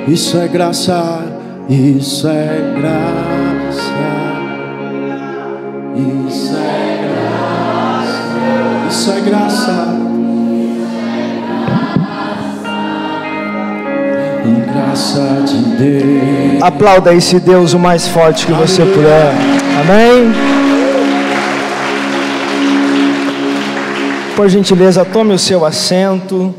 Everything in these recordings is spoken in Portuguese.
Isso é graça, isso é graça, isso é graça, isso é graça. E graça de Deus. Aplauda esse Deus o mais forte que você puder. Amém? Por gentileza, tome o seu assento.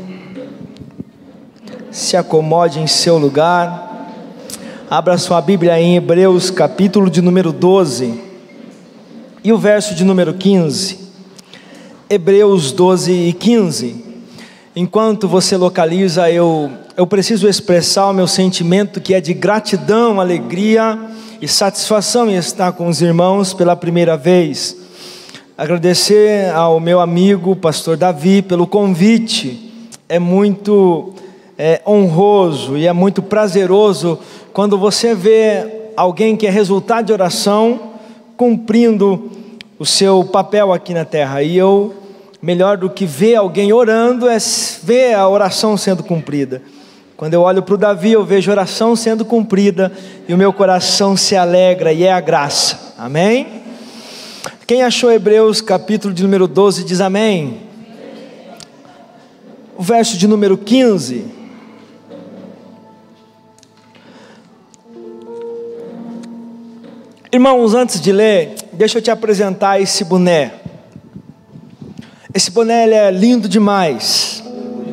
Se acomode em seu lugar. Abra sua Bíblia em Hebreus, capítulo de número 12 e o verso de número 15. Hebreus 12 e 15. Enquanto você localiza, eu preciso expressar o meu sentimento, que é de gratidão, alegria e satisfação em estar com os irmãos pela primeira vez. Agradecer ao meu amigo pastor Davi pelo convite. É muito honroso e é muito prazeroso quando você vê alguém que é resultado de oração cumprindo o seu papel aqui na terra. E melhor do que ver alguém orando é ver a oração sendo cumprida. Quando eu olho para o Davi, eu vejo a oração sendo cumprida e o meu coração se alegra, e é a graça. Amém? Quem achou Hebreus capítulo de número 12 diz amém. O verso de número 15. Irmãos, antes de ler, deixa eu te apresentar esse boné. Esse boné, ele é lindo demais.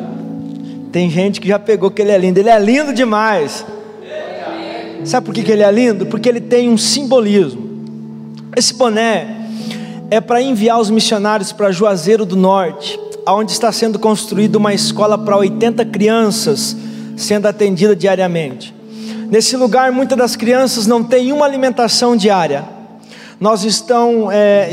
Tem gente que já pegou que ele é lindo. Ele é lindo demais. Sabe por que ele é lindo? Porque ele tem um simbolismo. Esse boné é para enviar os missionários para Juazeiro do Norte, onde está sendo construída uma escola para 80 crianças sendo atendida diariamente. Nesse lugar, muitas das crianças não têm uma alimentação diária. Nós estamos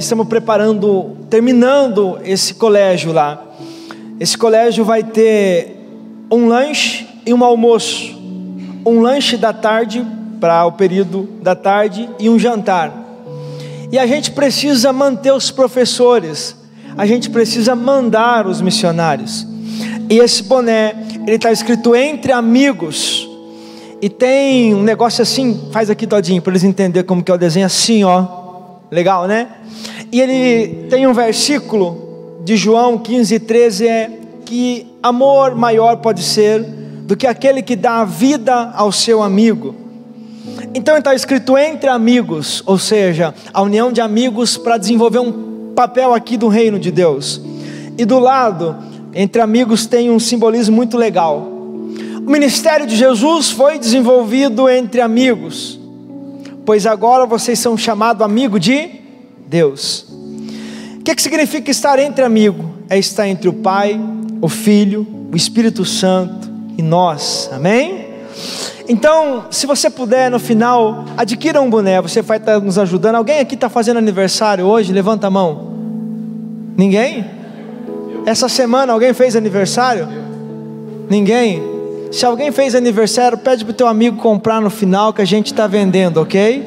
terminando esse colégio lá. Esse colégio vai ter um lanche e um almoço. Um lanche da tarde, para o período da tarde, e um jantar. E a gente precisa manter os professores. A gente precisa mandar os missionários. E esse boné, ele está escrito entre amigos. E tem um negócio assim, faz aqui todinho, para eles entenderem como que é o desenho, assim ó. Legal, né? E ele tem um versículo de João 15:13, que amor maior pode ser do que aquele que dá a vida ao seu amigo. Então está escrito entre amigos, ou seja, a união de amigos para desenvolver um papel aqui do reino de Deus. E do lado, entre amigos, tem um simbolismo muito legal. O ministério de Jesus foi desenvolvido entre amigos, pois agora vocês são chamados amigo de Deus. O que significa estar entre amigos? É estar entre o Pai, o Filho, o Espírito Santo e nós, amém? Então, se você puder, no final, adquira um boné, você vai estar nos ajudando. Alguém aqui está fazendo aniversário hoje? Levanta a mão. Ninguém? Essa semana alguém fez aniversário? Ninguém? Se alguém fez aniversário, pede para o teu amigo comprar no final, que a gente está vendendo, ok?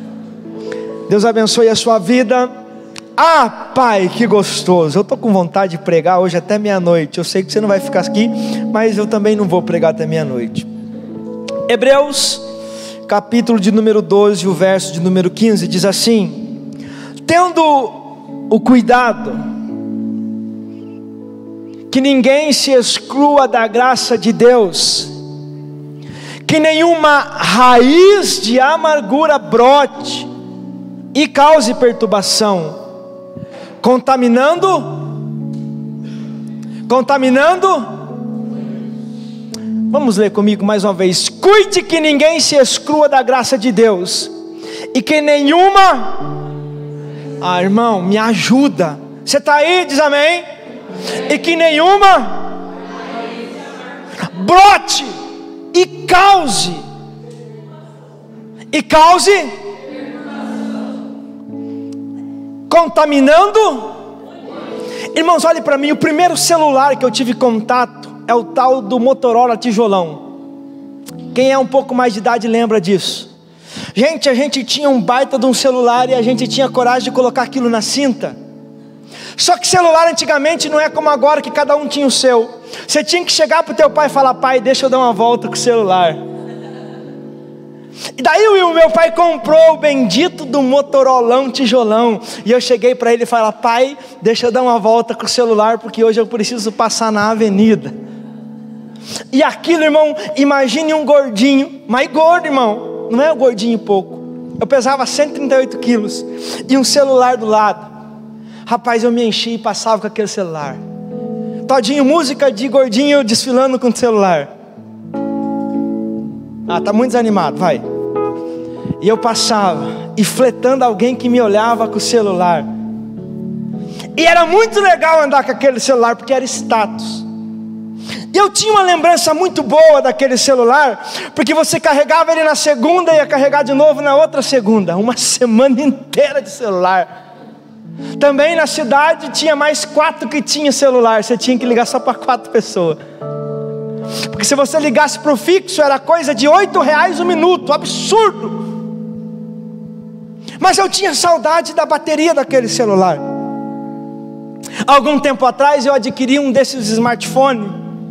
Deus abençoe a sua vida. Ah, Pai, que gostoso. Eu estou com vontade de pregar hoje até meia-noite. Eu sei que você não vai ficar aqui, mas eu também não vou pregar até meia-noite. Hebreus, capítulo de número 12, o verso de número 15, diz assim: tendo o cuidado que ninguém se exclua da graça de Deus, que nenhuma raiz de amargura brote e cause perturbação, contaminando. Vamos ler comigo mais uma vez. Cuide que ninguém se exclua da graça de Deus, e que nenhuma... irmão, me ajuda. Você está aí? Diz amém. E que nenhuma brote e cause contaminando. Irmãos, olhe para mim. O primeiro celular que eu tive contato é o tal do Motorola tijolão. Quem é um pouco mais de idade lembra disso. Gente, a gente tinha um baita de um celular e a gente tinha coragem de colocar aquilo na cinta. Só que celular antigamente não é como agora, que cada um tinha o seu. Você tinha que chegar para o teu pai e falar: pai, deixa eu dar uma volta com o celular. E daí o meu pai comprou o bendito do Motorolão tijolão. E eu cheguei para ele e falei: pai, deixa eu dar uma volta com o celular, porque hoje eu preciso passar na avenida. E aquilo, irmão, imagine um gordinho, mais gordo, irmão, não é um gordinho pouco. Eu pesava 138 quilos e um celular do lado. Rapaz, eu me enchi e passava com aquele celular. Todinho, música de gordinho desfilando com o celular. Tá muito desanimado, vai. E eu passava e fletando alguém que me olhava com o celular. E era muito legal andar com aquele celular, porque era status. E eu tinha uma lembrança muito boa daquele celular, porque você carregava ele na segunda e ia carregar de novo na outra segunda. Uma semana inteira de celular. Também na cidade tinha mais 4 que tinham celular. Você tinha que ligar só para 4 pessoas. Porque se você ligasse para o fixo, era coisa de R$8 um minuto. Absurdo. Mas eu tinha saudade da bateria daquele celular. Algum tempo atrás eu adquiri um desses smartphones.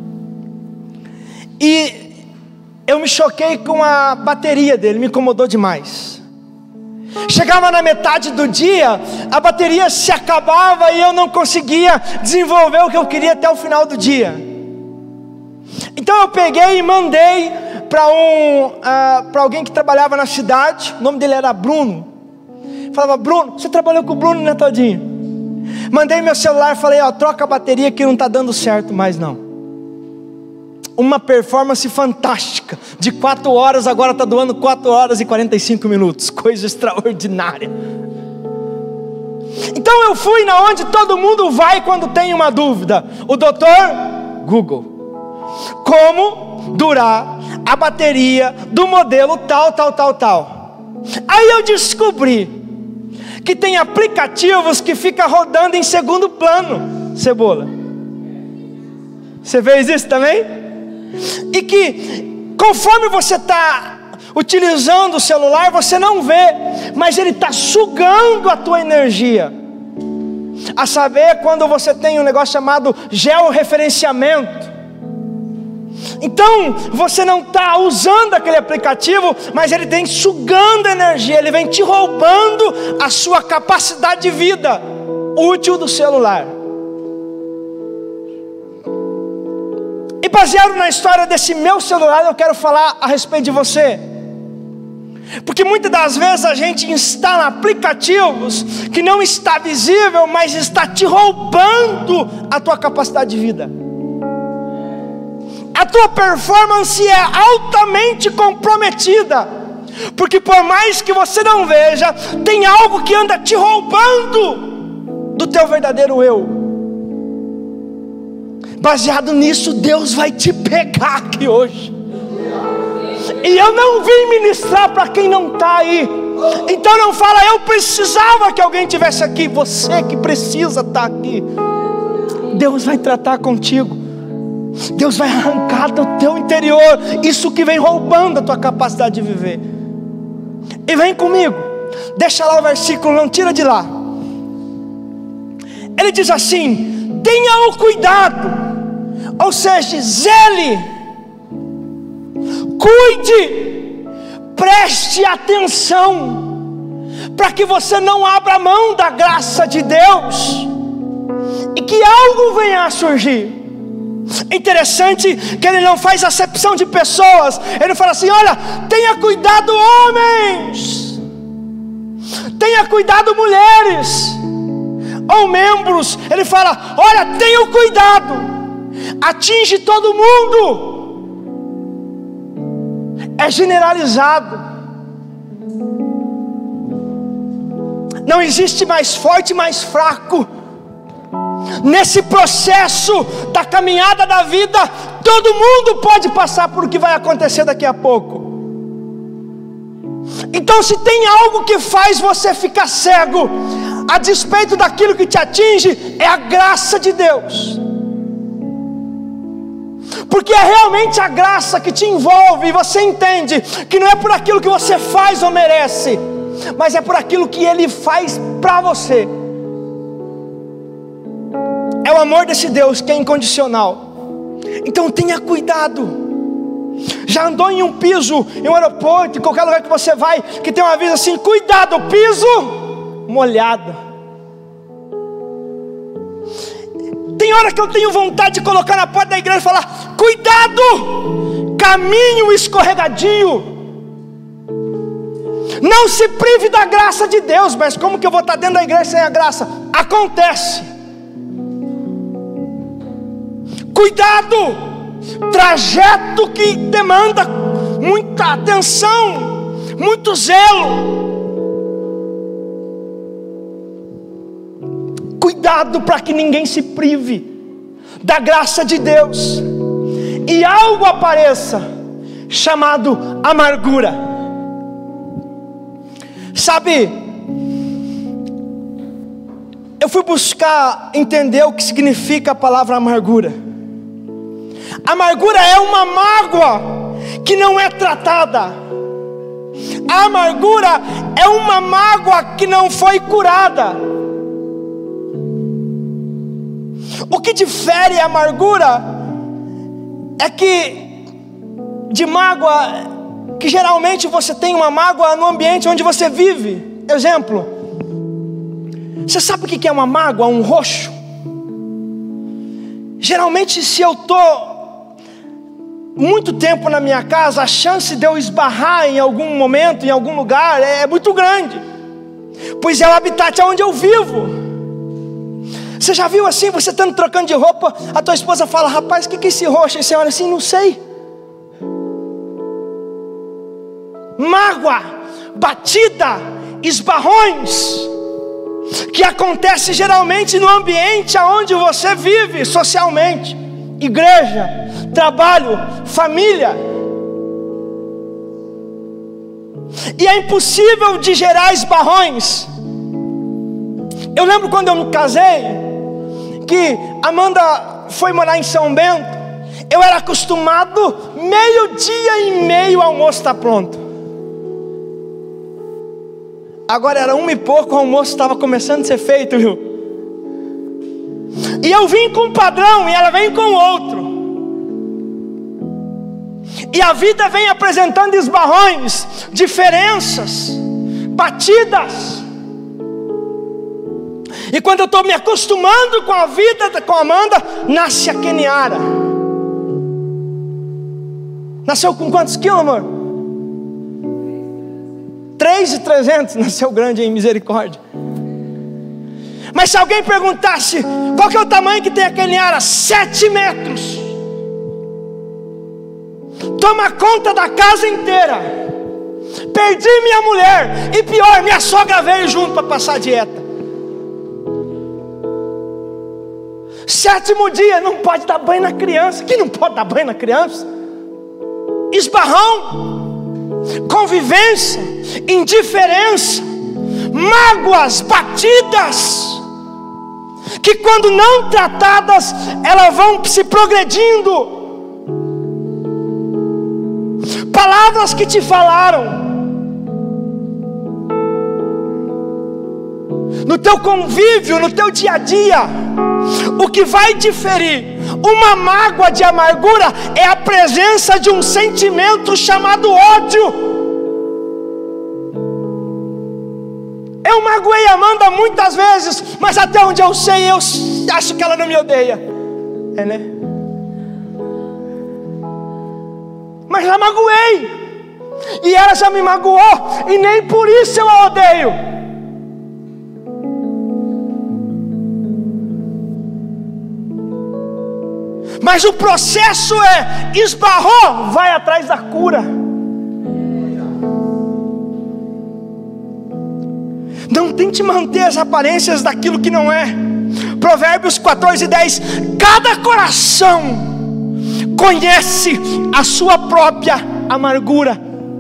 E eu me choquei com a bateria dele, me incomodou demais. Chegava na metade do dia, a bateria se acabava e eu não conseguia desenvolver o que eu queria até o final do dia. Então eu peguei e mandei para alguém que trabalhava na cidade. O nome dele era Bruno. Falava: Bruno, você trabalhou com o Bruno, né, Todinho? Mandei meu celular e falei: troca a bateria que não está dando certo mais não. Uma performance fantástica, de 4 horas, agora está doando 4 horas e 45 minutos, coisa extraordinária. Então eu fui na onde todo mundo vai quando tem uma dúvida, o Dr. Google. Como durar a bateria do modelo tal. Aí eu descobri que tem aplicativos que ficam rodando em segundo plano. Cebola, você fez isso também? E que conforme você está utilizando o celular, você não vê, mas ele está sugando a tua energia. A saber, quando você tem um negócio chamado georreferenciamento. Então você não está usando aquele aplicativo, mas ele vem sugando energia, ele vem te roubando a sua capacidade de vida útil do celular. E baseado na história desse meu celular, eu quero falar a respeito de você. Porque muitas das vezes a gente instala aplicativos que não está visível, mas está te roubando a tua capacidade de vida. A tua performance é altamente comprometida, porque por mais que você não veja, tem algo que anda te roubando do teu verdadeiro eu. Baseado nisso, Deus vai te pegar aqui hoje. E eu não vim ministrar para quem não está aí. Então não fala: eu precisava que alguém estivesse aqui. Você que precisa estar aqui. Deus vai tratar contigo. Deus vai arrancar do teu interior isso que vem roubando a tua capacidade de viver. E vem comigo, deixa lá o versículo, não tira de lá. Ele diz assim: tenha o cuidado, ou seja, zele, cuide, preste atenção, para que você não abra mão da graça de Deus e que algo venha a surgir. Interessante que ele não faz acepção de pessoas. Ele fala assim: olha, tenha cuidado, homens, tenha cuidado, mulheres, ou membros. Ele fala: olha, tenha cuidado, atinge todo mundo, é generalizado. Não existe mais forte e mais fraco. Nesse processo da caminhada da vida, todo mundo pode passar por o que vai acontecer daqui a pouco. Então, se tem algo que faz você ficar cego, a despeito daquilo que te atinge, é a graça de Deus. Porque é realmente a graça que te envolve, e você entende que não é por aquilo que você faz ou merece, mas é por aquilo que Ele faz para você. É o amor desse Deus que é incondicional. Então tenha cuidado, Já andou em um piso, em um aeroporto, em qualquer lugar que você vai, que tem um aviso assim: cuidado, piso molhado. Tem hora que eu tenho vontade de colocar na porta da igreja e falar: cuidado, caminho escorregadio. Não se prive da graça de Deus. Mas como que eu vou estar dentro da igreja sem a graça? Acontece. Cuidado, trajeto que demanda muita atenção, muito zelo. Cuidado para que ninguém se prive da graça de Deus e algo apareça chamado amargura. Sabe, eu fui buscar entender o que significa a palavra amargura. Amargura é uma mágoa que não é tratada. A amargura é uma mágoa que não foi curada. O que difere a amargura é que de mágoa, que geralmente você tem uma mágoa no ambiente onde você vive. Exemplo, você sabe o que é uma mágoa, um roxo? Geralmente, se eu estou muito tempo na minha casa, a chance de eu esbarrar em algum momento, em algum lugar, é muito grande, pois é o habitat onde eu vivo. Você já viu assim, você estando trocando de roupa, a tua esposa fala: rapaz, o que é esse roxo? E você olha assim: não sei. Mágoa, batida, esbarrões, que acontece geralmente no ambiente onde você vive socialmente. Igreja, trabalho, família. E é impossível de gerar esbarrões. Eu lembro quando eu me casei, que Amanda foi morar em São Bento. Eu era acostumado, 12:30 o almoço está pronto. Agora era 1h pouco, o almoço estava começando a ser feito, viu? E eu vim com um padrão e ela vem com outro. E a vida vem apresentando esbarrões, diferenças, batidas. E quando eu estou me acostumando com a vida com a Amanda, nasce a Keniara. Nasceu com quantos quilos, amor? 3.300, nasceu grande em misericórdia. Mas se alguém perguntasse qual que é o tamanho que tem a Keniara, 7 metros. Toma conta da casa inteira. Perdi minha mulher. E pior, minha sogra veio junto para passar a dieta. 7º dia, não pode dar banho na criança. Quem não pode dar banho na criança? Esbarrão, convivência, indiferença, mágoas, batidas, que quando não tratadas, elas vão se progredindo. Palavras que te falaram, no teu convívio, no teu dia a dia. O que vai diferir uma mágoa de amargura é a presença de um sentimento chamado ódio. Eu magoei a Amanda muitas vezes, mas até onde eu sei, eu acho que ela não me odeia. É, né? Mas já magoei, e ela já me magoou, e nem por isso eu a odeio. Mas o processo é: esbarrou, vai atrás da cura. Não tente manter as aparências daquilo que não é. Provérbios 14:10. Cada coração conhece a sua própria amargura.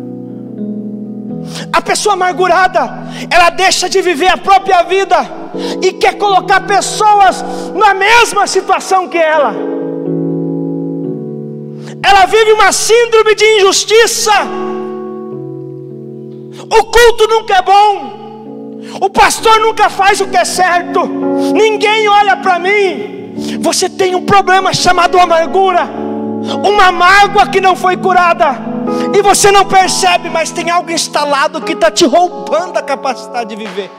A pessoa amargurada, ela deixa de viver a própria vida e quer colocar pessoas na mesma situação que ela. Ela vive uma síndrome de injustiça. O culto nunca é bom. O pastor nunca faz o que é certo. Ninguém olha para mim. Você tem um problema chamado amargura. uma mágoa que não foi curada, e você não percebe, mas tem algo instalado que está te roubando a capacidade de viver.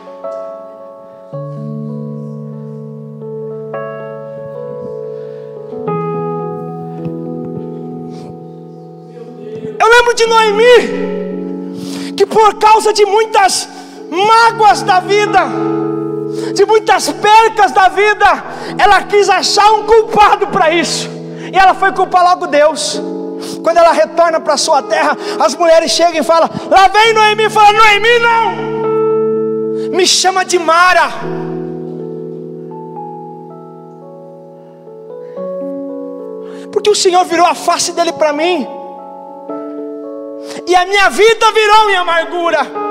Eu lembro de Noemi, que por causa de muitas mágoas da vida, de muitas percas da vida, ela quis achar um culpado para isso, e ela foi culpar logo Deus. Quando ela retorna para sua terra, as mulheres chegam e falam: lá vem Noemi. Fala: Noemi não, me chama de Mara. Porque o Senhor virou a face dele para mim, e a minha vida virou em amargura.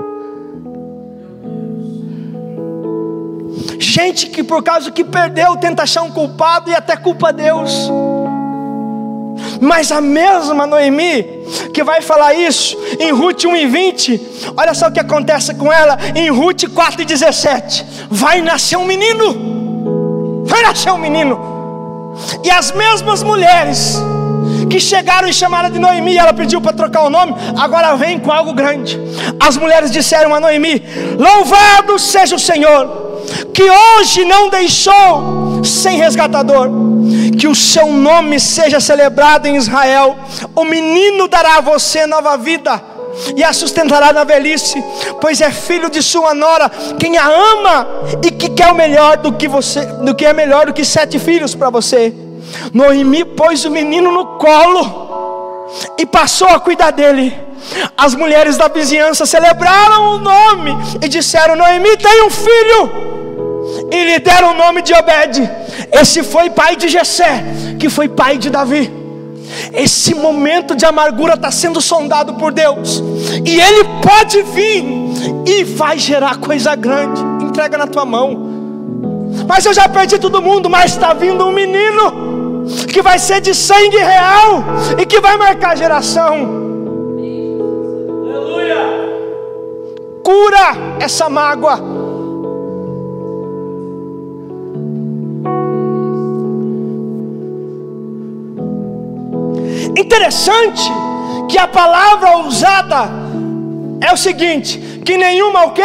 Gente que por causa que perdeu tenta achar um culpado e até culpa Deus. Mas a mesma Noemi que vai falar isso em Ruth 1:20, olha só o que acontece com ela em Ruth 4:17. Vai nascer um menino. Vai nascer um menino. E as mesmas mulheres que chegaram e chamaram de Noemi, ela pediu para trocar o nome, agora vem com algo grande. As mulheres disseram a Noemi: louvado seja o Senhor, que hoje não deixou sem resgatador. Que o seu nome seja celebrado em Israel. O menino dará a você nova vida e a sustentará na velhice, pois é filho de sua nora, quem a ama e que quer o melhor do que é melhor do que 7 filhos para você. Noemi pôs o menino no colo e passou a cuidar dele. As mulheres da vizinhança celebraram o nome e disseram: Noemi tem um filho. E lhe deram o nome de Obed. Esse foi pai de Jessé, que foi pai de Davi. Esse momento de amargura está sendo sondado por Deus, e Ele pode vir e vai gerar coisa grande. Entrega na tua mão. Mas eu já perdi todo mundo. Mas está vindo um menino que vai ser de sangue real e que vai marcar a geração. Aleluia. Cura essa mágoa. Interessante que a palavra usada é o seguinte: que nenhuma o quê?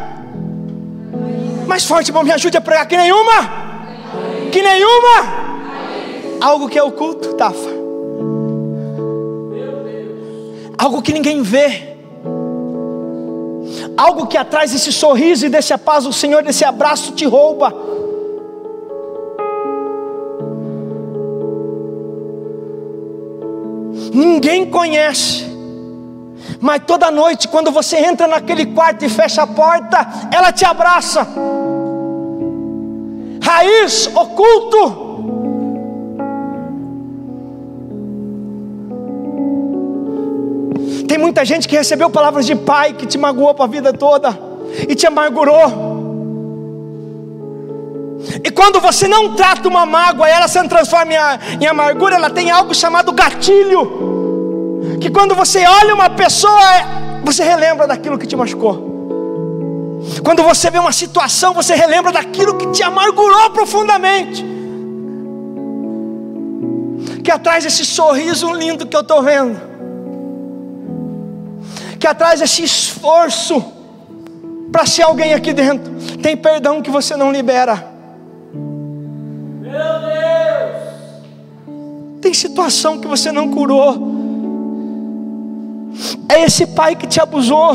Mais forte, irmão, me ajude a pregar. Que nenhuma? Que nenhuma? Algo que é oculto, Tafa. Algo que ninguém vê. Algo que atrás desse sorriso e desse paz do Senhor, desse abraço, te rouba. Ninguém conhece, mas toda noite quando você entra naquele quarto e fecha a porta, ela te abraça. Raiz, oculto. Tem muita gente que recebeu palavras de pai que te magoou para a vida toda e te amargurou. E quando você não trata uma mágoa, ela se transforma em amargura. Ela tem algo chamado gatilho, que quando você olha uma pessoa, você relembra daquilo que te machucou. Quando você vê uma situação, você relembra daquilo que te amargurou profundamente. Que atrás desse sorriso lindo que eu estou vendo, que atrás desse esforço para ser alguém aqui dentro, tem perdão que você não libera. Meu Deus! Tem situação que você não curou. É esse pai que te abusou.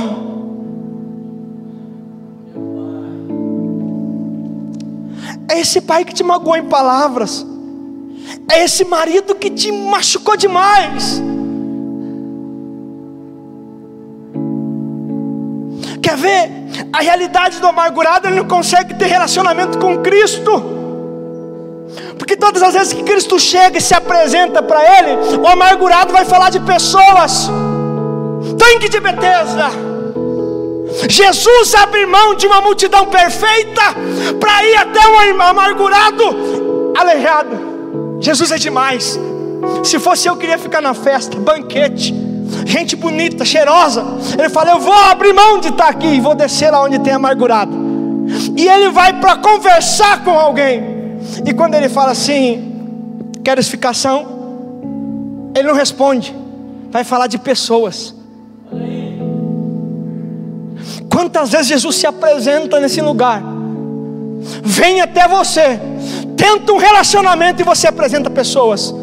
É esse pai que te magoou em palavras. É esse marido que te machucou demais. Quer ver? A realidade do amargurado, ele não consegue ter relacionamento com Cristo. Porque todas as vezes que Cristo chega e se apresenta para ele, o amargurado vai falar de pessoas. Tanque de Betesda. Jesus abre mão de uma multidão perfeita para ir até um amargurado aleijado. Jesus é demais. Se fosse eu, queria ficar na festa, banquete, gente bonita, cheirosa. Ele fala: eu vou abrir mão de estar aqui e vou descer lá onde tem amargurado. E ele vai para conversar com alguém. E quando ele fala assim: queres ficar são? Ele não responde, vai falar de pessoas. Quantas vezes Jesus se apresenta nesse lugar, vem até você, tenta um relacionamento e você apresenta pessoas.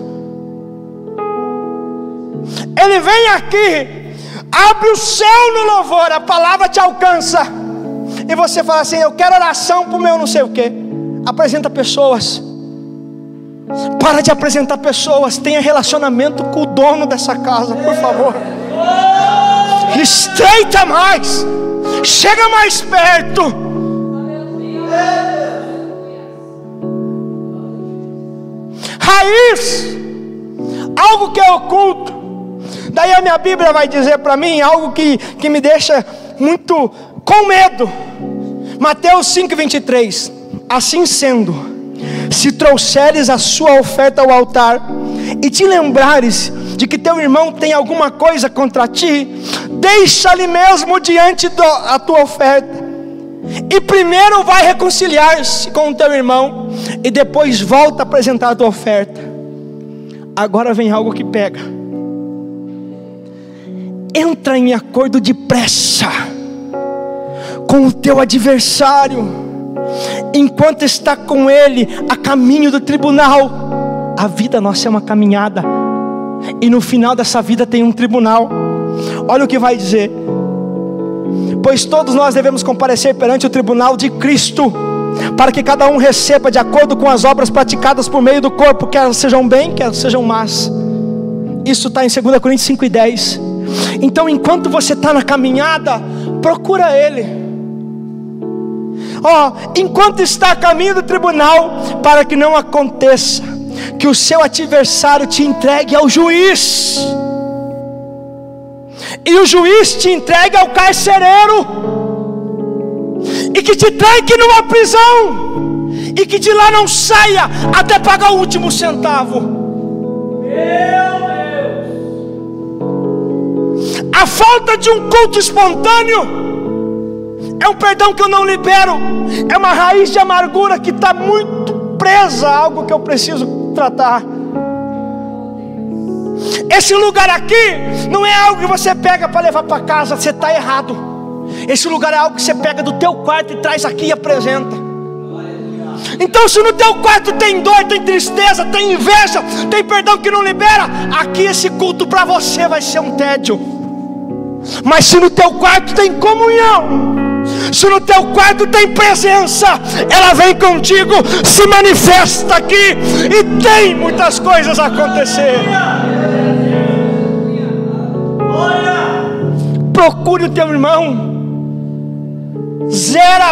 Ele vem aqui, abre o céu no louvor, a palavra te alcança, e você fala assim: eu quero oração para o meu não sei o que. Apresenta pessoas. Para de apresentar pessoas, tenha relacionamento com o dono dessa casa, por favor. Estreita mais, chega mais perto. Raiz, algo que é oculto. Daí a minha Bíblia vai dizer para mim algo que me deixa muito com medo. Mateus 5:23. Assim sendo, se trouxeres a sua oferta ao altar e te lembrares de que teu irmão tem alguma coisa contra ti, deixa ali mesmo diante da tua oferta, e primeiro vai reconciliar-se com o teu irmão, e depois volta a apresentar a tua oferta. Agora vem algo que pega. Entra em acordo depressa com o teu adversário, enquanto está com ele a caminho do tribunal. A vida nossa é uma caminhada, e no final dessa vida tem um tribunal. Olha o que vai dizer: pois todos nós devemos comparecer perante o tribunal de Cristo, para que cada um receba de acordo com as obras praticadas por meio do corpo, quer elas sejam bem, quer elas sejam más. Isso está em 2 Coríntios 5:10. Então, enquanto você está na caminhada, procura Ele. Enquanto está a caminho do tribunal, para que não aconteça que o seu adversário te entregue ao juiz, e o juiz te entregue ao carcereiro, e que te tranque numa prisão, e que de lá não saia até pagar o último centavo. Meu Deus! A falta de um culto espontâneo é um perdão que eu não libero, é uma raiz de amargura que está muito presa a algo que eu preciso tratar. Esse lugar aqui não é algo que você pega para levar para casa, você está errado. Esse lugar é algo que você pega do teu quarto e traz aqui e apresenta. Então, se no teu quarto tem dor, tem tristeza, tem inveja, tem perdão que não libera, aqui esse culto para você vai ser um tédio. Mas se no teu quarto tem comunhão, se no teu quarto tem presença, ela vem contigo, se manifesta aqui, e tem muitas coisas a acontecer. Procure o teu irmão, zera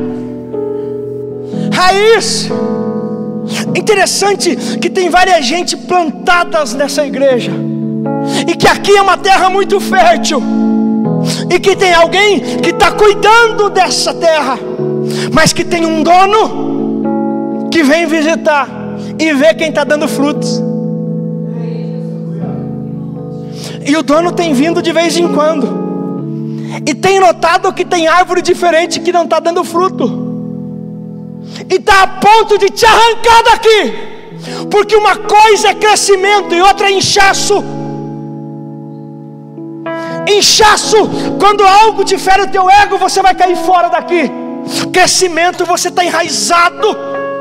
raiz. Interessante que tem várias gente plantadas nessa igreja, e que aqui é uma terra muito fértil, e que tem alguém que está cuidando dessa terra, mas que tem um dono que vem visitar e vê quem está dando frutos. E o dono tem vindo de vez em quando, e tem notado que tem árvore diferente que não está dando fruto, e está a ponto de te arrancar daqui, porque uma coisa é crescimento e outra é inchaço. Inchaço, quando algo te fere o teu ego, você vai cair fora daqui. Crescimento, você está enraizado.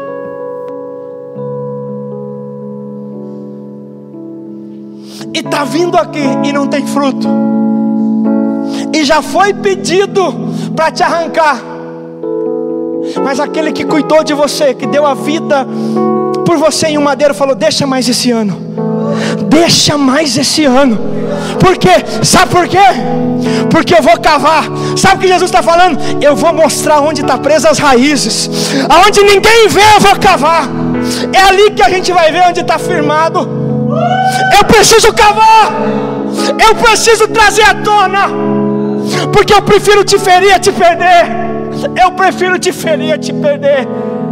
E está vindo aqui e não tem fruto, e já foi pedido para te arrancar, mas aquele que cuidou de você, que deu a vida por você em um madeiro, falou: deixa mais esse ano, deixa mais esse ano. Por quê? Sabe por quê? Porque eu vou cavar. Sabe o que Jesus está falando? Eu vou mostrar onde está presas as raízes, aonde ninguém vê eu vou cavar. É ali que a gente vai ver onde está firmado. Eu preciso cavar, eu preciso trazer à tona, porque eu prefiro te ferir a te perder. Eu prefiro te ferir a te perder.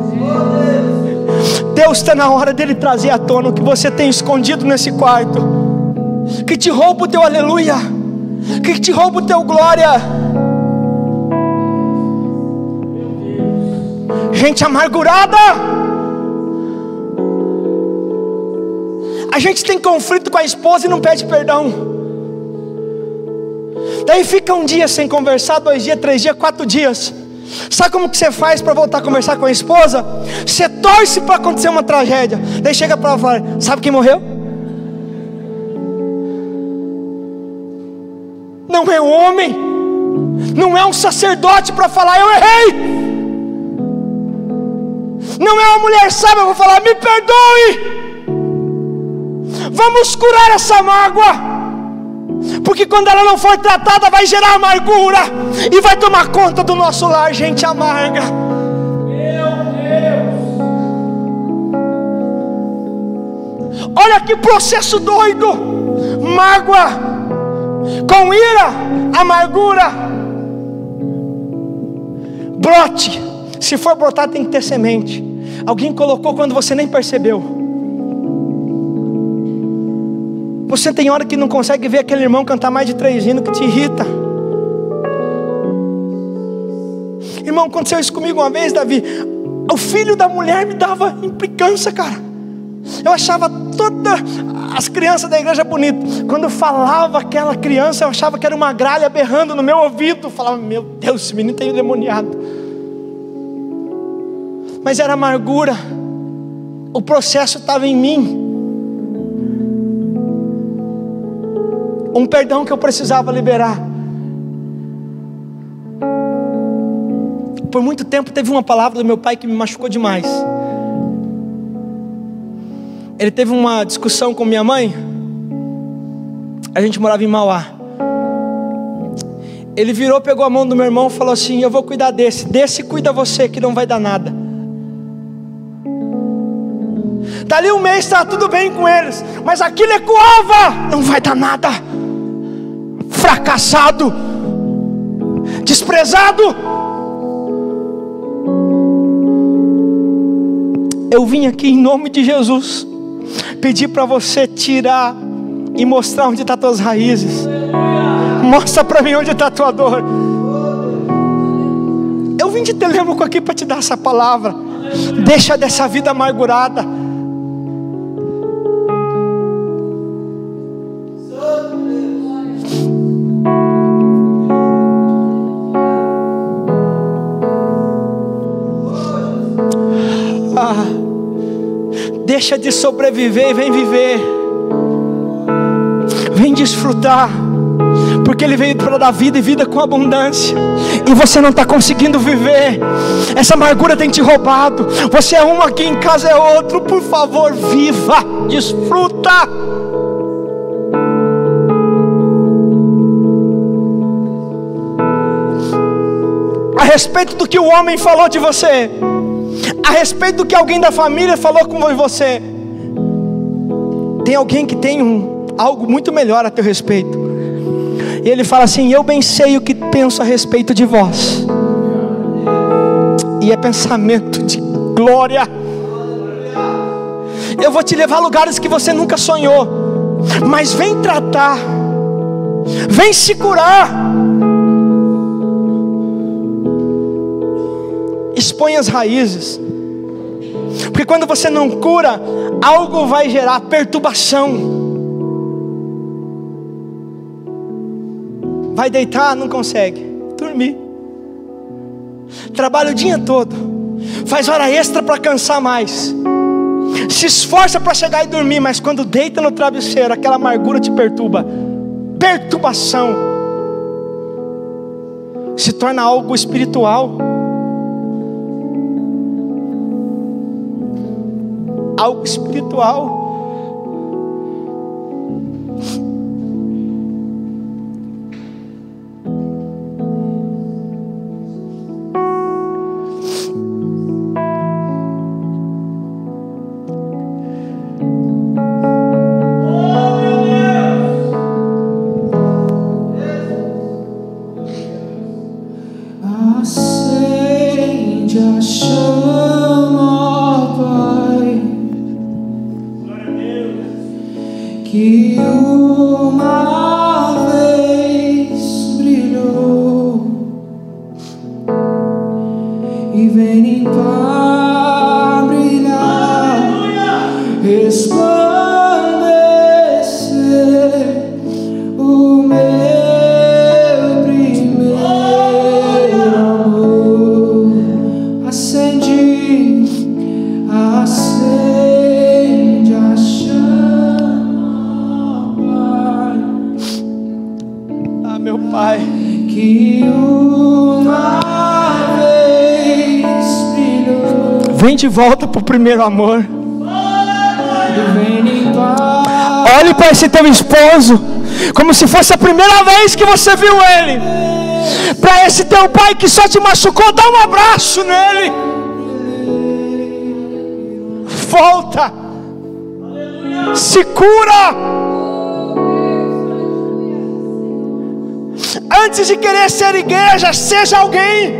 Deus está na hora dele trazer à tona o que você tem escondido nesse quarto, que te rouba o teu aleluia, que te rouba o teu glória. Gente amargurada, A gente tem conflito com a esposa e não pede perdão. Daí fica um dia sem conversar, 2 dias, 3 dias, 4 dias. Sabe como que você faz para voltar a conversar com a esposa? Você torce para acontecer uma tragédia. Daí chega para ela e fala: sabe quem morreu? Não é um homem, não é um sacerdote para falar: eu errei. Não é uma mulher sábia para falar: me perdoe. Vamos curar essa mágoa, porque quando ela não for tratada vai gerar amargura e vai tomar conta do nosso lar. Gente amarga. Meu Deus. Olha que processo doido. Mágoa com ira, amargura. Brote. Se for brotar tem que ter semente. Alguém colocou quando você nem percebeu. Você tem hora que não consegue ver aquele irmão cantar mais de 3 hinos que te irrita. Irmão, aconteceu isso comigo uma vez, Davi. O filho da mulher me dava implicância, cara. Eu achava todas as crianças da igreja bonitas. Quando falava aquela criança, eu achava que era uma gralha berrando no meu ouvido. Eu falava: meu Deus, esse menino tem endemoniado. Mas era amargura. O processo estava em mim. Um perdão que eu precisava liberar. Por muito tempo teve uma palavra do meu pai que me machucou demais. Ele teve uma discussão com minha mãe. A gente morava em Mauá. Ele virou, pegou a mão do meu irmão e falou assim: eu vou cuidar desse cuida você, que não vai dar nada. Dali 1 mês estava tudo bem com eles, mas aquilo ecoava: não vai dar nada. Fracassado, desprezado. Eu vim aqui em nome de Jesus pedir para você tirar e mostrar onde está tuas raízes. Mostra para mim onde está a tua dor. Eu vim de Telêmaco aqui para te dar essa palavra. Deixa dessa vida amargurada. Deixa de sobreviver e vem viver. Vem desfrutar. Porque Ele veio para dar vida e vida com abundância. E você não está conseguindo viver. Essa amargura tem te roubado. Você é um, aqui em casa é outro. Por favor, viva, desfruta. A respeito do que o homem falou de você, a respeito do que alguém da família falou com você, tem alguém que tem algo muito melhor a teu respeito. E ele fala assim: eu bem sei o que penso a respeito de vós, e é pensamento de glória. Eu vou te levar a lugares que você nunca sonhou, mas vem tratar, vem se curar. Expõe as raízes, porque quando você não cura, algo vai gerar perturbação. Vai deitar, não consegue dormir. Trabalha o dia todo, faz hora extra para cansar mais, se esforça para chegar e dormir, mas quando deita no travesseiro, aquela amargura te perturba. Perturbação se torna algo espiritual, algo espiritual. Acende a chama, Pai, que uma vez brilhou, e vem limpar, brilhar, resplandecer Pai. Que uma vez brilhou. Vem de volta para o primeiro amor. Vem limpar. Olhe para esse teu esposo como se fosse a primeira vez que você viu ele. Para esse teu pai que só te machucou, dá um abraço nele. Volta. Se cura. Antes de querer ser igreja, seja alguém.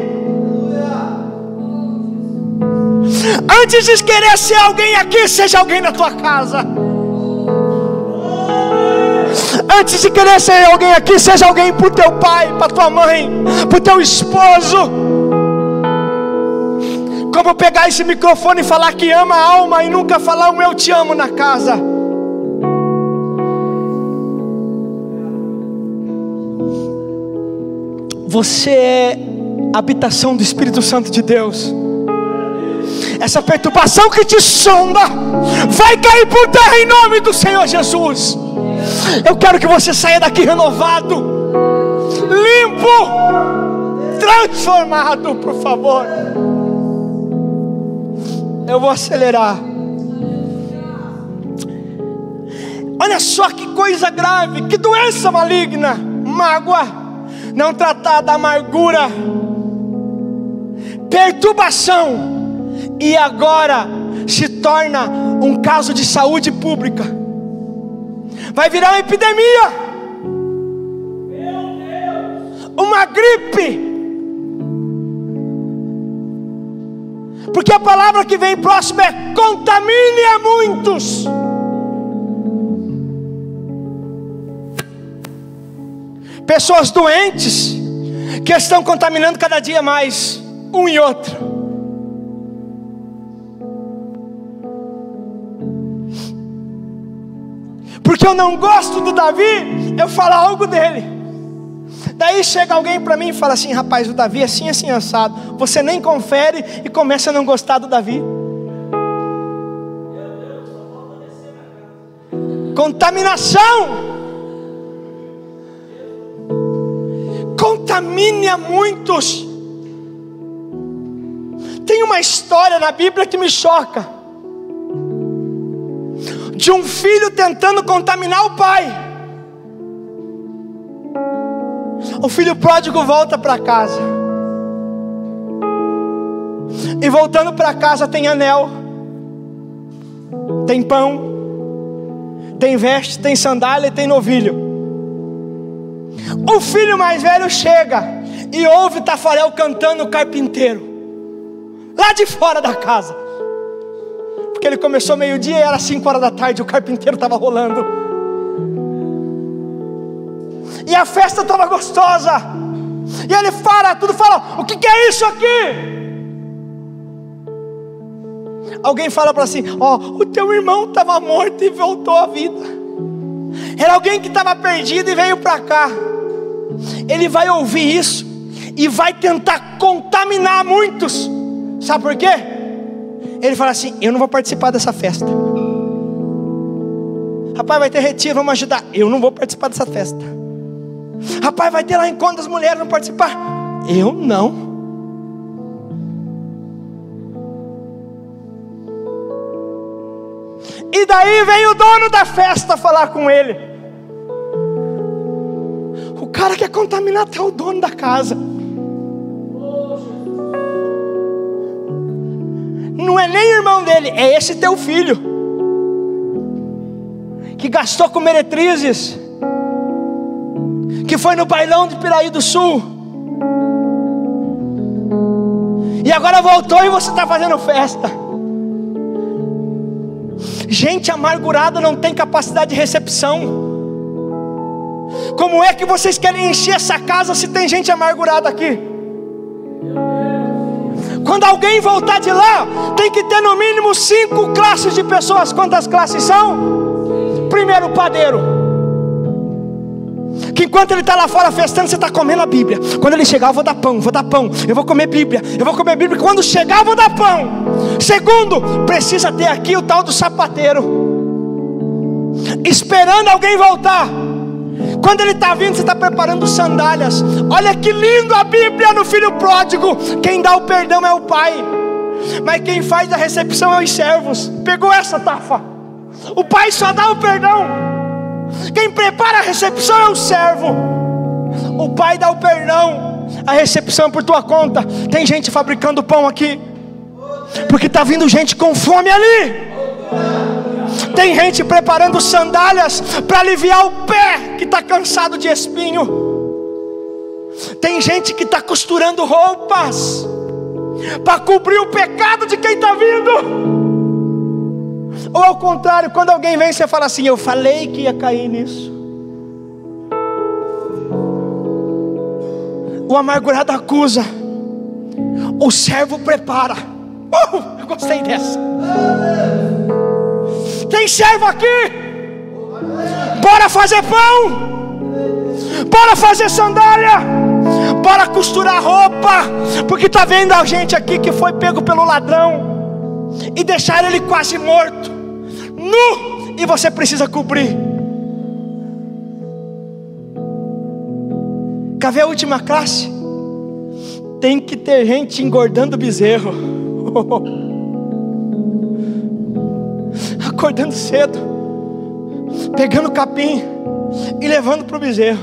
Antes de querer ser alguém aqui, seja alguém na tua casa. Antes de querer ser alguém aqui, seja alguém para o teu pai, para tua mãe, para o teu esposo. Como pegar esse microfone e falar que ama a alma e nunca falar um eu te amo na casa. Você é a habitação do Espírito Santo de Deus. Essa perturbação que te sonda vai cair por terra em nome do Senhor Jesus. Eu quero que você saia daqui renovado, limpo, transformado, por favor. Eu vou acelerar. Olha só que coisa grave, que doença maligna, mágoa não tratada, amargura, perturbação, e agora se torna um caso de saúde pública. Vai virar uma epidemia, uma gripe, porque a palavra que vem próxima é contamine a muitos. Pessoas doentes que estão contaminando cada dia mais um e outro. Porque eu não gosto do Davi, eu falo algo dele. Daí chega alguém para mim e fala assim: rapaz, o Davi é assim, assim, assado. Você nem confere e começa a não gostar do Davi. Contaminação. Contamine a muitos. Tem uma história na Bíblia que me choca, de um filho tentando contaminar o pai. O filho pródigo volta para casa, e voltando para casa tem anel, tem pão, tem veste, tem sandália e tem novilho. O filho mais velho chega e ouve Tafarel cantando o carpinteiro lá de fora da casa, porque ele começou meio-dia e era 5 horas da tarde, o carpinteiro estava rolando, e a festa estava gostosa, e ele para tudo, fala: o que é isso aqui? Alguém fala para assim: ó, o teu irmão estava morto e voltou à vida. Era alguém que estava perdido e veio para cá. Ele vai ouvir isso e vai tentar contaminar muitos. Sabe por quê? Ele fala assim: eu não vou participar dessa festa. Rapaz, vai ter retiro, vamos ajudar. Eu não vou participar dessa festa. Rapaz, vai ter lá encontro das mulheres, vamos participar. Eu não. E daí vem o dono da festa falar com ele. O cara quer contaminar até o dono da casa. Não é nem irmão dele, é esse teu filho, que gastou com meretrizes, que foi no bailão de Piraí do Sul, e agora voltou e você está fazendo festa. Gente amargurada não tem capacidade de recepção. Como é que vocês querem encher essa casa se tem gente amargurada aqui? Quando alguém voltar de lá, tem que ter no mínimo 5 classes de pessoas. Quantas classes são? Primeiro, o padeiro, que enquanto ele está lá fora festando, você está comendo a Bíblia. Quando ele chegar, eu vou dar pão, eu vou comer Bíblia, quando chegar eu vou dar pão. Segundo, precisa ter aqui o tal do sapateiro, esperando alguém voltar. Quando ele está vindo, você está preparando sandálias. Olha que lindo a Bíblia no filho pródigo. Quem dá o perdão é o pai, mas quem faz a recepção é os servos. Pegou essa, Tafa? O pai só dá o perdão. Quem prepara a recepção é o servo. O pai dá o perdão, a recepção é por tua conta. Tem gente fabricando pão aqui, porque está vindo gente com fome ali. Tem gente preparando sandálias para aliviar o pé que está cansado de espinho. Tem gente que está costurando roupas para cobrir o pecado de quem está vindo. Ou ao contrário, quando alguém vem, você fala assim: eu falei que ia cair nisso. O amargurado acusa, o servo prepara. Eu gostei dessa. Tem servo aqui? Bora fazer pão, bora fazer sandália, bora costurar roupa, porque está vendo a gente aqui que foi pego pelo ladrão e deixaram ele quase morto, nu, e você precisa cobrir. Quer ver a última classe? Tem que ter gente engordando bezerro. Acordando cedo, pegando capim e levando para o bezerro.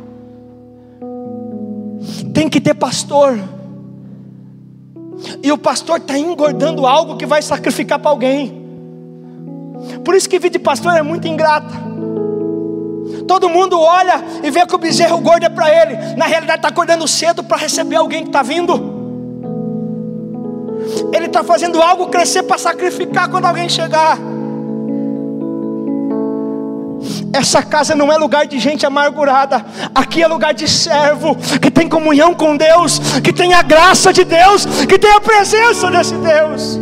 Tem que ter pastor, e o pastor está engordando algo que vai sacrificar para alguém. Por isso que vida de pastor é muito ingrata. Todo mundo olha e vê que o bezerro gordo é para ele. Na realidade está acordando cedo para receber alguém que está vindo. Ele está fazendo algo crescer para sacrificar quando alguém chegar. Essa casa não é lugar de gente amargurada. Aqui é lugar de servo, que tem comunhão com Deus, que tem a graça de Deus, que tem a presença desse Deus.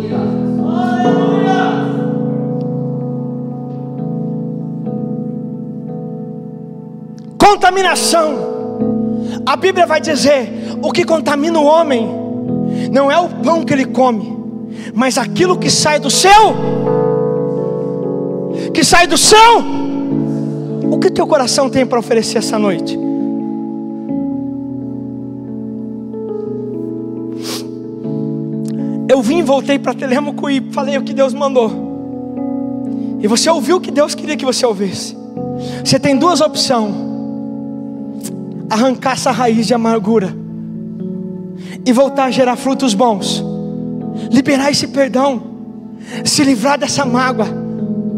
Contaminação. A Bíblia vai dizer: o que contamina o homem não é o pão que ele come, mas aquilo que sai do seu. Que sai do seu. O que teu coração tem para oferecer essa noite? Eu vim e voltei para Telêmaco e falei o que Deus mandou. E você ouviu o que Deus queria que você ouvisse. Você tem duas opções: arrancar essa raiz de amargura e voltar a gerar frutos bons, liberar esse perdão, se livrar dessa mágoa.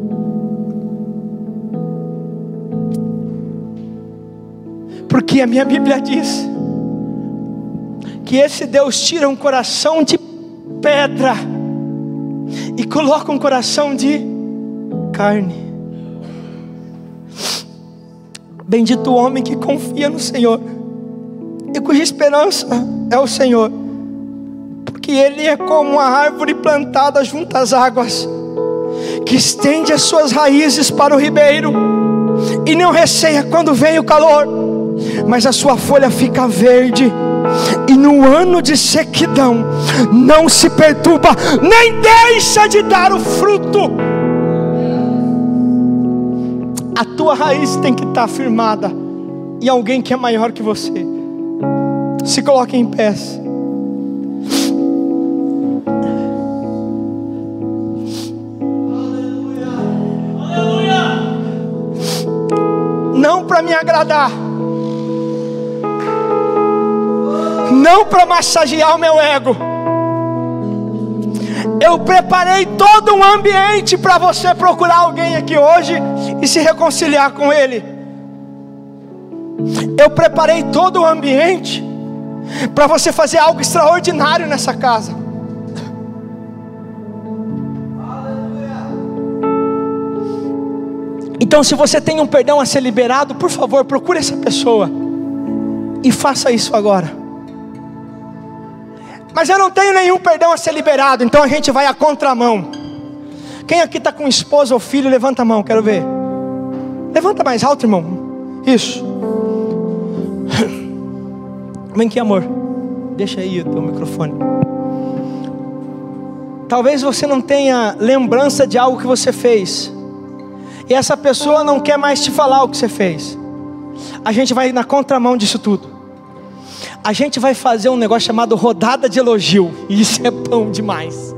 Porque a minha Bíblia diz que esse Deus tira um coração de pedra e coloca um coração de carne. Bendito o homem que confia no Senhor e cuja esperança é o Senhor, porque ele é como uma árvore plantada junto às águas, que estende as suas raízes para o ribeiro e não receia quando vem o calor, mas a sua folha fica verde, e no ano de sequidão não se perturba, nem deixa de dar o fruto. A tua raiz tem que estar firmada em alguém que é maior que você. Se coloque em pé. Não para me agradar, não para massagear o meu ego. Eu preparei todo um ambiente para você procurar alguém aqui hoje e se reconciliar com ele. Eu preparei todo o ambiente para você fazer algo extraordinário nessa casa. Então, se você tem um perdão a ser liberado, por favor, procure essa pessoa e faça isso agora. Mas eu não tenho nenhum perdão a ser liberado, então a gente vai à contramão. Quem aqui está com esposa ou filho, levanta a mão, quero ver. Levanta mais alto, irmão. Isso. Vem aqui, amor. Deixa aí o teu microfone. Talvez você não tenha lembrança de algo que você fez, e essa pessoa não quer mais te falar o que você fez. a gente vai na contramão disso tudo. A gente vai fazer um negócio chamado rodada de elogio. E isso é bom demais.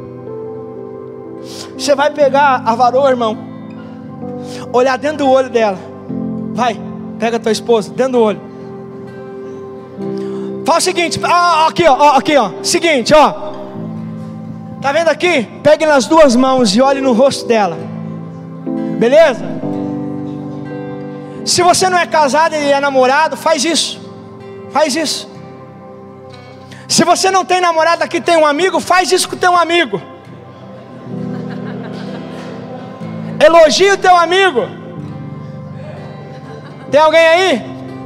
Você vai pegar a varoa, irmão, olhar dentro do olho dela. Vai, pega a tua esposa, dentro do olho. Fala o seguinte, aqui ó, seguinte, ó. Tá vendo aqui? Pegue nas duas mãos e olhe no rosto dela. Beleza? Se você não é casado e é namorado, faz isso. Faz isso. Se você não tem namorado aqui, tem um amigo, faz isso com o teu amigo. Elogie o teu amigo. Tem alguém aí?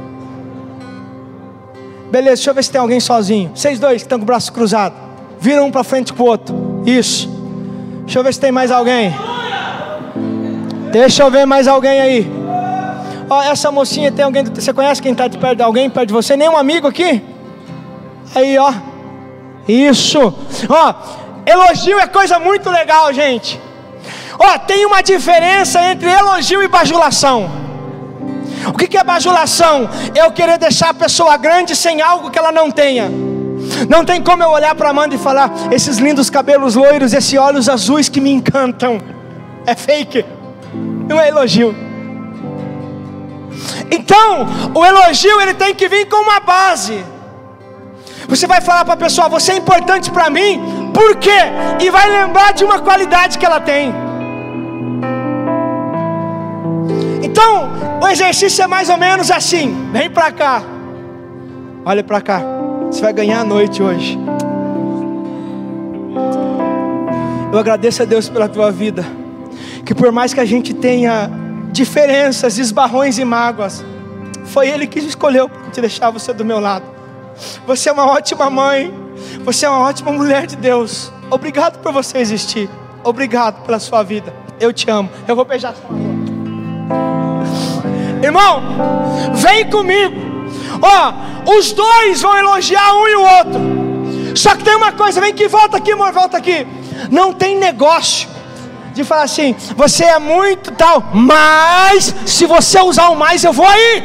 Beleza, deixa eu ver se tem alguém sozinho. Vocês dois que estão com o braço cruzado, viram um para frente com o outro. Isso. Deixa eu ver se tem mais alguém. Deixa eu ver mais alguém aí. Ó, essa mocinha tem alguém. Você conhece quem está de perto de alguém, perto de você? Nenhum amigo aqui? Aí, ó. Isso. Ó, elogio é coisa muito legal, gente. Ó, tem uma diferença entre elogio e bajulação. O que é bajulação? Eu querer deixar a pessoa grande sem algo que ela não tenha. Não tem como eu olhar para Amanda e falar: esses lindos cabelos loiros, esses olhos azuis que me encantam. É fake. Não é elogio. Então, o elogio ele tem que vir com uma base. Você vai falar para a pessoa: você é importante para mim. Por quê? E vai lembrar de uma qualidade que ela tem. Então, o exercício é mais ou menos assim. Vem para cá. Olha para cá. Você vai ganhar a noite hoje. Eu agradeço a Deus pela tua vida. Que por mais que a gente tenha diferenças, esbarrões e mágoas, foi Ele que escolheu te deixar você do meu lado. Você é uma ótima mãe. Você é uma ótima mulher de Deus. Obrigado por você existir. Obrigado pela sua vida. Eu te amo. Eu vou beijar sua mão. Irmão, vem comigo. Ó, os dois vão elogiar um e o outro. Só que tem uma coisa, vem aqui, volta aqui, amor, volta aqui. Não tem negócio de falar assim: você é muito tal, mas se você usar o mais, eu vou aí.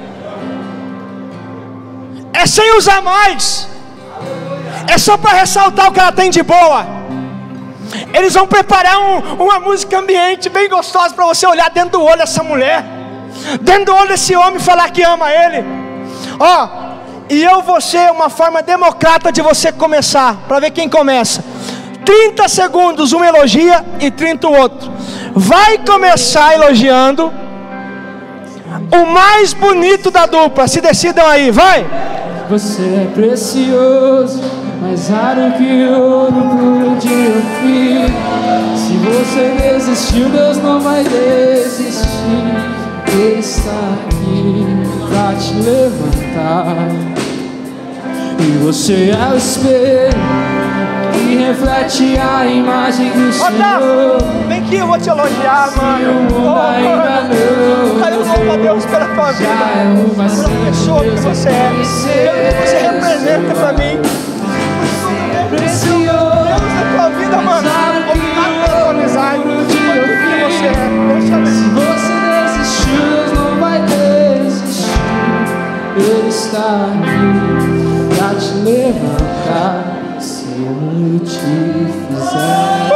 É sem usar mais. É só para ressaltar o que ela tem de boa. Eles vão preparar uma música ambiente bem gostosa para você olhar dentro do olho dessa mulher, dentro do olho desse homem, e falar que ama ele. Ó, e eu vou ser uma forma democrata de você começar, para ver quem começa. 30 segundos um elogia e 30 o outro. Vai começar elogiando o mais bonito da dupla. Se decidam aí, vai. Você é precioso, mais raro que ouro, por onde eu fui. Se você desistiu, Deus não vai desistir. Ele está aqui pra te levantar. E você é o espelho que reflete a imagem do Senhor. Vem aqui, eu vou te elogiar, mano. O mundo ainda não. Cara, eu louvo a Deus pela tua vida, pela pessoa que você é, pelo que você representa pra mim. Precioso, Deus na tua vida, mano. Obrigado pela tua amizade, por tudo que você é. Deus te abençoe. se você desistiu, Deus não vai desistir. Ele está aqui pra te levantar. Se eu te fizer.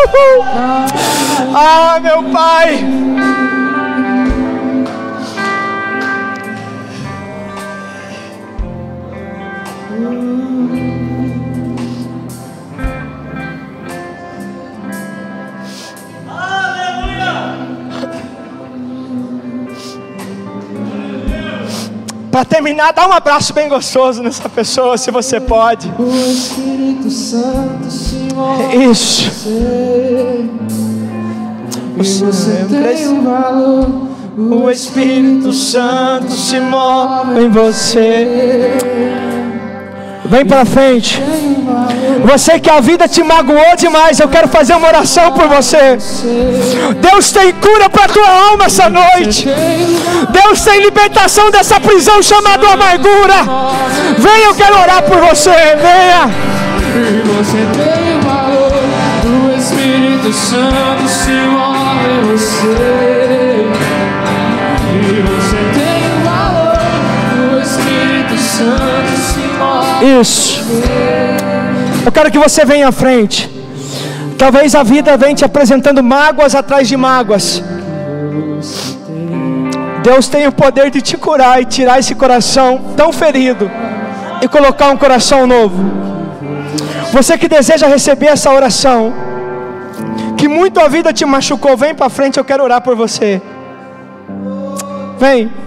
Ah, meu Pai. Para terminar, dá um abraço bem gostoso nessa pessoa, se você pode. O Espírito Santo se move. Isso. Você tem um valor. O Espírito Santo se move em você. Vem para frente. Você que a vida te magoou demais, eu quero fazer uma oração por você. Deus tem cura para a tua alma essa noite. Deus tem libertação dessa prisão chamada amargura. Venha, eu quero orar por você. Venha. E você tem o valor. O Espírito Santo se move em você. E você tem o Isso. Eu quero que você venha à frente. Talvez a vida venha te apresentando mágoas atrás de mágoas. Deus tem o poder de te curar e tirar esse coração tão ferido e colocar um coração novo. Você que deseja receber essa oração, que muito a vida te machucou, vem para frente, eu quero orar por você. Vem.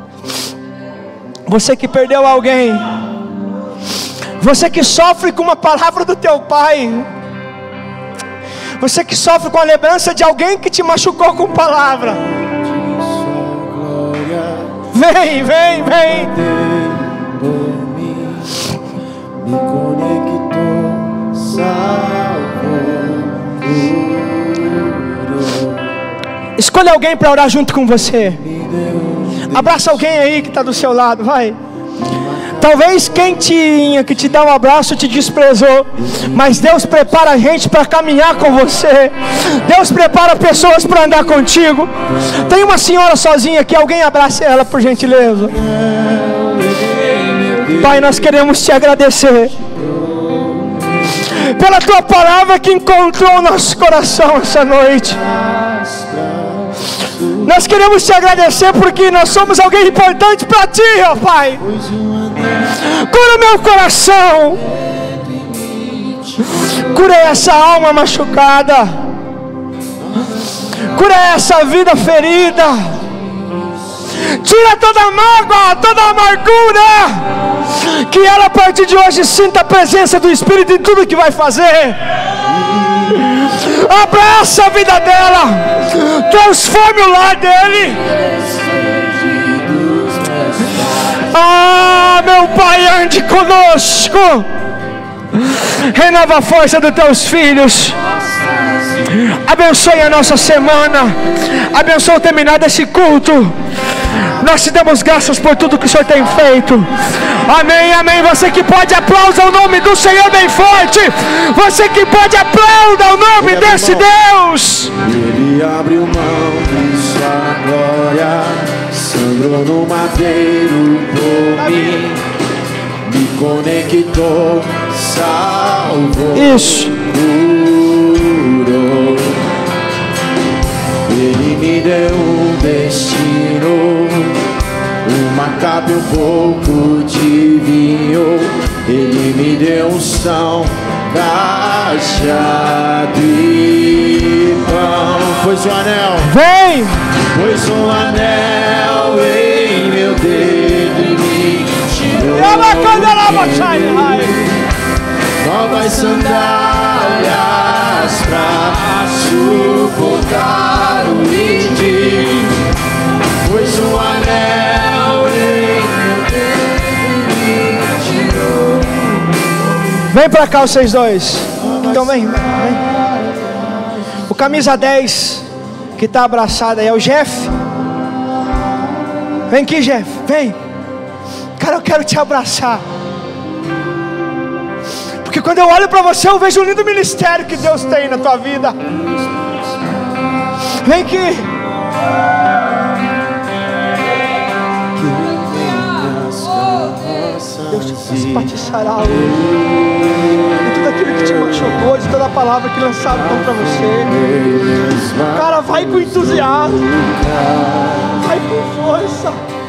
Você que perdeu alguém, você que sofre com uma palavra do teu pai, você que sofre com a lembrança de alguém que te machucou com palavra, vem, vem, vem. Me conectou, salvou. Escolha alguém para orar junto com você. Abraça alguém aí que está do seu lado, vai. Talvez quem tinha que te dar um abraço te desprezou, mas Deus prepara a gente para caminhar com você. Deus prepara pessoas para andar contigo. Tem uma senhora sozinha aqui, alguém abrace ela por gentileza. Pai, nós queremos te agradecer pela tua palavra que encontrou o nosso coração essa noite. Nós queremos te agradecer porque nós somos alguém importante para ti, ó Pai. Cura o meu coração. Cura essa alma machucada. Cura essa vida ferida. Tira toda a mágoa, toda a amargura. Que ela a partir de hoje sinta a presença do Espírito em tudo que vai fazer. Abraça a vida dela. Transforme o lar dele. Ah, meu Pai, ande conosco. Renova a força dos teus filhos. Abençoe a nossa semana. Abençoe o terminar desse culto. Nós te damos graças por tudo que o Senhor tem feito. Amém, amém. Você que pode, aplauda o nome do Senhor bem forte. Você que pode, aplauda o nome desse Deus. Ele abriu mão de sua glória, sangrou no madeiro por mim, me conectou, salvou, isso, curou. Ele me deu um destino, uma capa e um pouco de vinho. Ele me deu unção, cajado e pão. Pois o anel, vem! Pois um anel em meu dedo e me tirou novas sandálias pra suportar o limite. Pois um anel em meu dedo e me tirou. Vem pra cá vocês dois. Então vem, vem. O camisa 10 que está abraçado aí é o Jeff. Vem aqui, Jeff, vem. Cara, eu quero te abraçar. Porque quando eu olho para você, eu vejo um lindo ministério que Deus tem na tua vida. Vem aqui. Deus te faça patiçará de tudo aquilo que te machucou, de toda a palavra que lançaram contra você. Cara, vai com entusiasmo, vai com força.